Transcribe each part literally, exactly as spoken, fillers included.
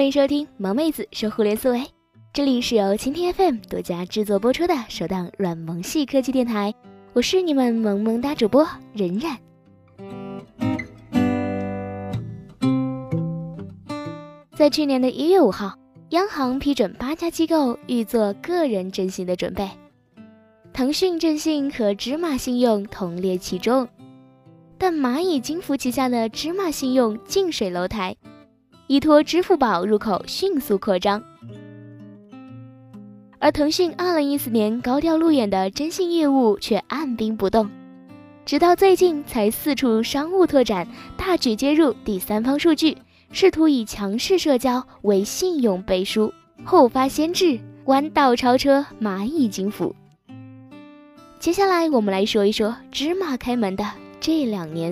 迎收听萌妹子说互联思维，这里是由蜻蜓 F M 独家制作播出的首档软萌系科技电台，我是你们萌萌哒主播任然。在去年的一月五号，央行批准八家机构预做个人征信的准备，腾讯征信和芝麻信用同列其中，但蚂蚁金服旗下的芝麻信用近水楼台，依托支付宝入口迅速扩张。而腾讯二零一四年高调路演的征信业务却按兵不动，直到最近才四处商务拓展，大举接入第三方数据，试图以强势社交为信用背书，后发先至，弯道超车蚂蚁金服。接下来我们来说一说芝麻开门的这两年。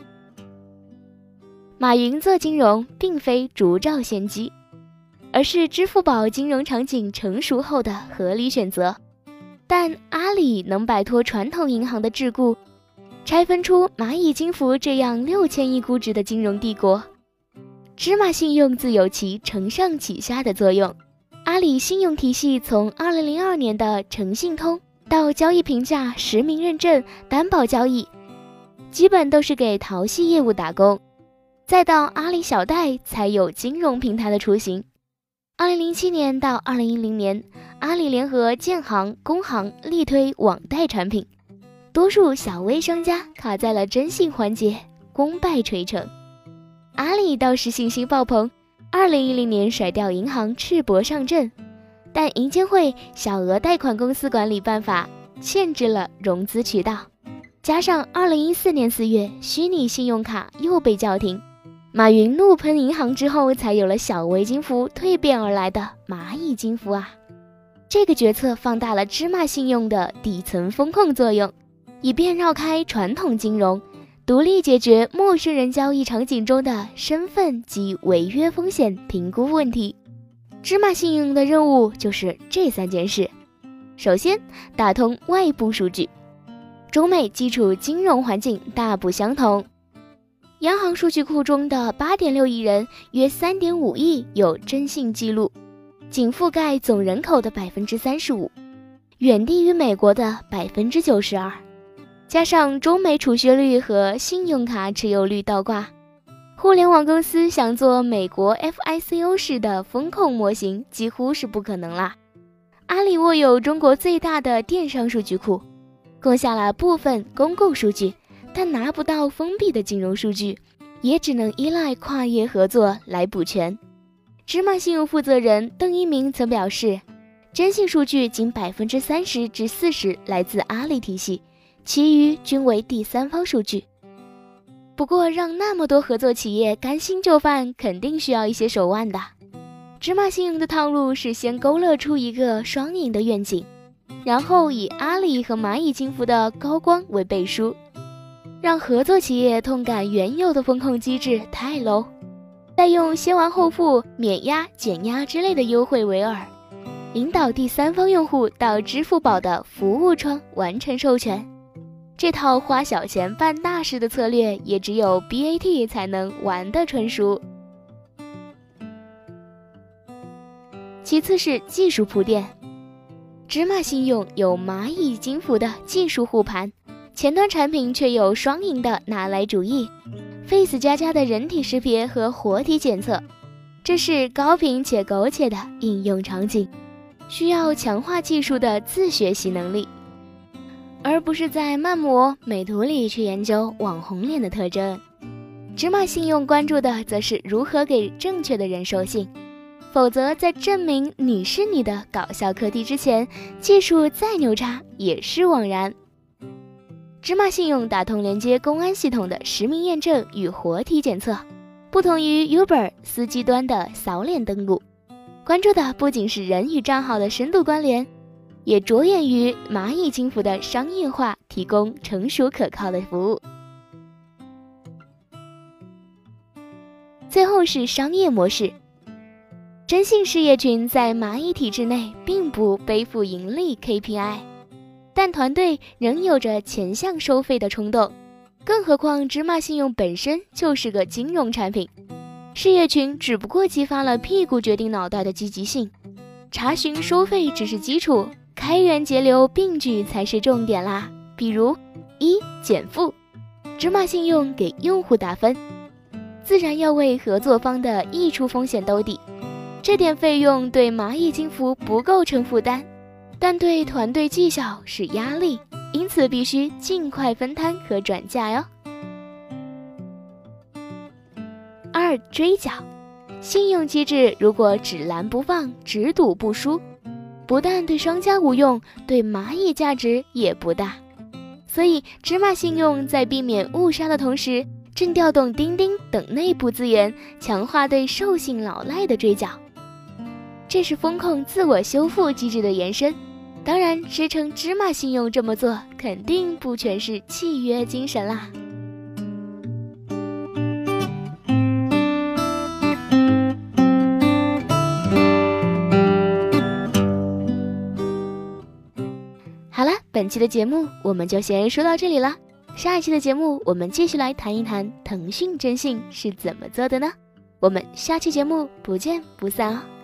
马云做金融并非烛照先机，而是支付宝金融场景成熟后的合理选择。但阿里能摆脱传统银行的桎梏，拆分出蚂蚁金服这样六千亿估值的金融帝国，芝麻信用自有其承上启下的作用。阿里信用体系从二零零二年的诚信通到交易评价、实名认证、担保交易，基本都是给淘系业务打工，再到阿里小贷才有金融平台的雏形。二零零七年到二零一零年，阿里联合建行、工行力推网贷产品，多数小微商家卡在了征信环节，功败垂成。阿里倒是信心爆棚，二零一零年甩掉银行赤膊上阵，但银监会小额贷款公司管理办法限制了融资渠道，加上二零一四年四月虚拟信用卡又被叫停，马云怒喷银行之后，才有了小微金服蜕变而来的蚂蚁金服啊。这个决策放大了芝麻信用的底层风控作用，以便绕开传统金融，独立解决陌生人交易场景中的身份及违约风险评估问题。芝麻信用的任务就是这三件事。首先，打通外部数据。中美基础金融环境大不相同，央行数据库中的 八点六亿人，约 三点五亿有征信记录，仅覆盖总人口的 百分之三十五， 远低于美国的 百分之九十二。 加上中美储蓄率和信用卡持有率倒挂，互联网公司想做美国 F I C O 式的风控模型几乎是不可能啦。阿里握有中国最大的电商数据库，共下了部分公共数据，但拿不到封闭的金融数据，也只能依赖跨业合作来补全。芝麻信用负责人邓一鸣曾表示，征信数据仅 百分之三十至四十 来自阿里体系，其余均为第三方数据。不过让那么多合作企业甘心就范，肯定需要一些手腕的。芝麻信用的套路是先勾勒出一个双赢的愿景，然后以阿里和蚂蚁金服的高光为背书，让合作企业痛感原有的风控机制太 low， 再用先完后付、免押、减押之类的优惠为饵，引导第三方用户到支付宝的服务窗完成授权。这套花小钱办大事的策略，也只有 B A T 才能玩得纯熟。其次是技术铺垫，芝麻信用有蚂蚁金服的技术护盘，前端产品却有双赢的拿来主义 Face 加加的人体识别和活体检测，这是高频且苟且的应用场景，需要强化技术的自学习能力，而不是在漫模、美图里去研究网红脸的特征。芝麻信用关注的则是如何给正确的人授信，否则在证明你是你的搞笑课题之前，技术再牛叉也是枉然。芝麻信用打通连接公安系统的实名验证与活体检测，不同于 Uber 司机端的扫脸登录，关注的不仅是人与账号的深度关联，也着眼于蚂蚁金服的商业化，提供成熟可靠的服务。最后是商业模式，征信事业群在蚂蚁体制内并不背负盈利 K P I， 但团队仍有着前向收费的冲动，更何况芝麻信用本身就是个金融产品， 事业群只不过激发了屁股决定脑袋的积极性，查询收费只是基础，开源节流并举才是重点啦。比如一减负，芝麻信用给用户打分，自然要为合作方的溢出风险兜底，这点费用对蚂蚁金服不构成负担，但对团队绩效是压力，因此必须尽快分摊和转嫁哟。二追缴，信用机制如果只拦不放，只赌不输，不但对商家无用，对蚂蚁价值也不大。所以芝麻信用在避免误杀的同时，正调动钉钉等内部资源，强化对授信老赖的追缴。这是风控自我修复机制的延伸，当然支撑芝麻信用这么做，肯定不全是契约精神啦。好了，本期的节目我们就先说到这里了。下一期的节目我们继续来谈一谈腾讯征信是怎么做的呢？我们下期节目不见不散哦。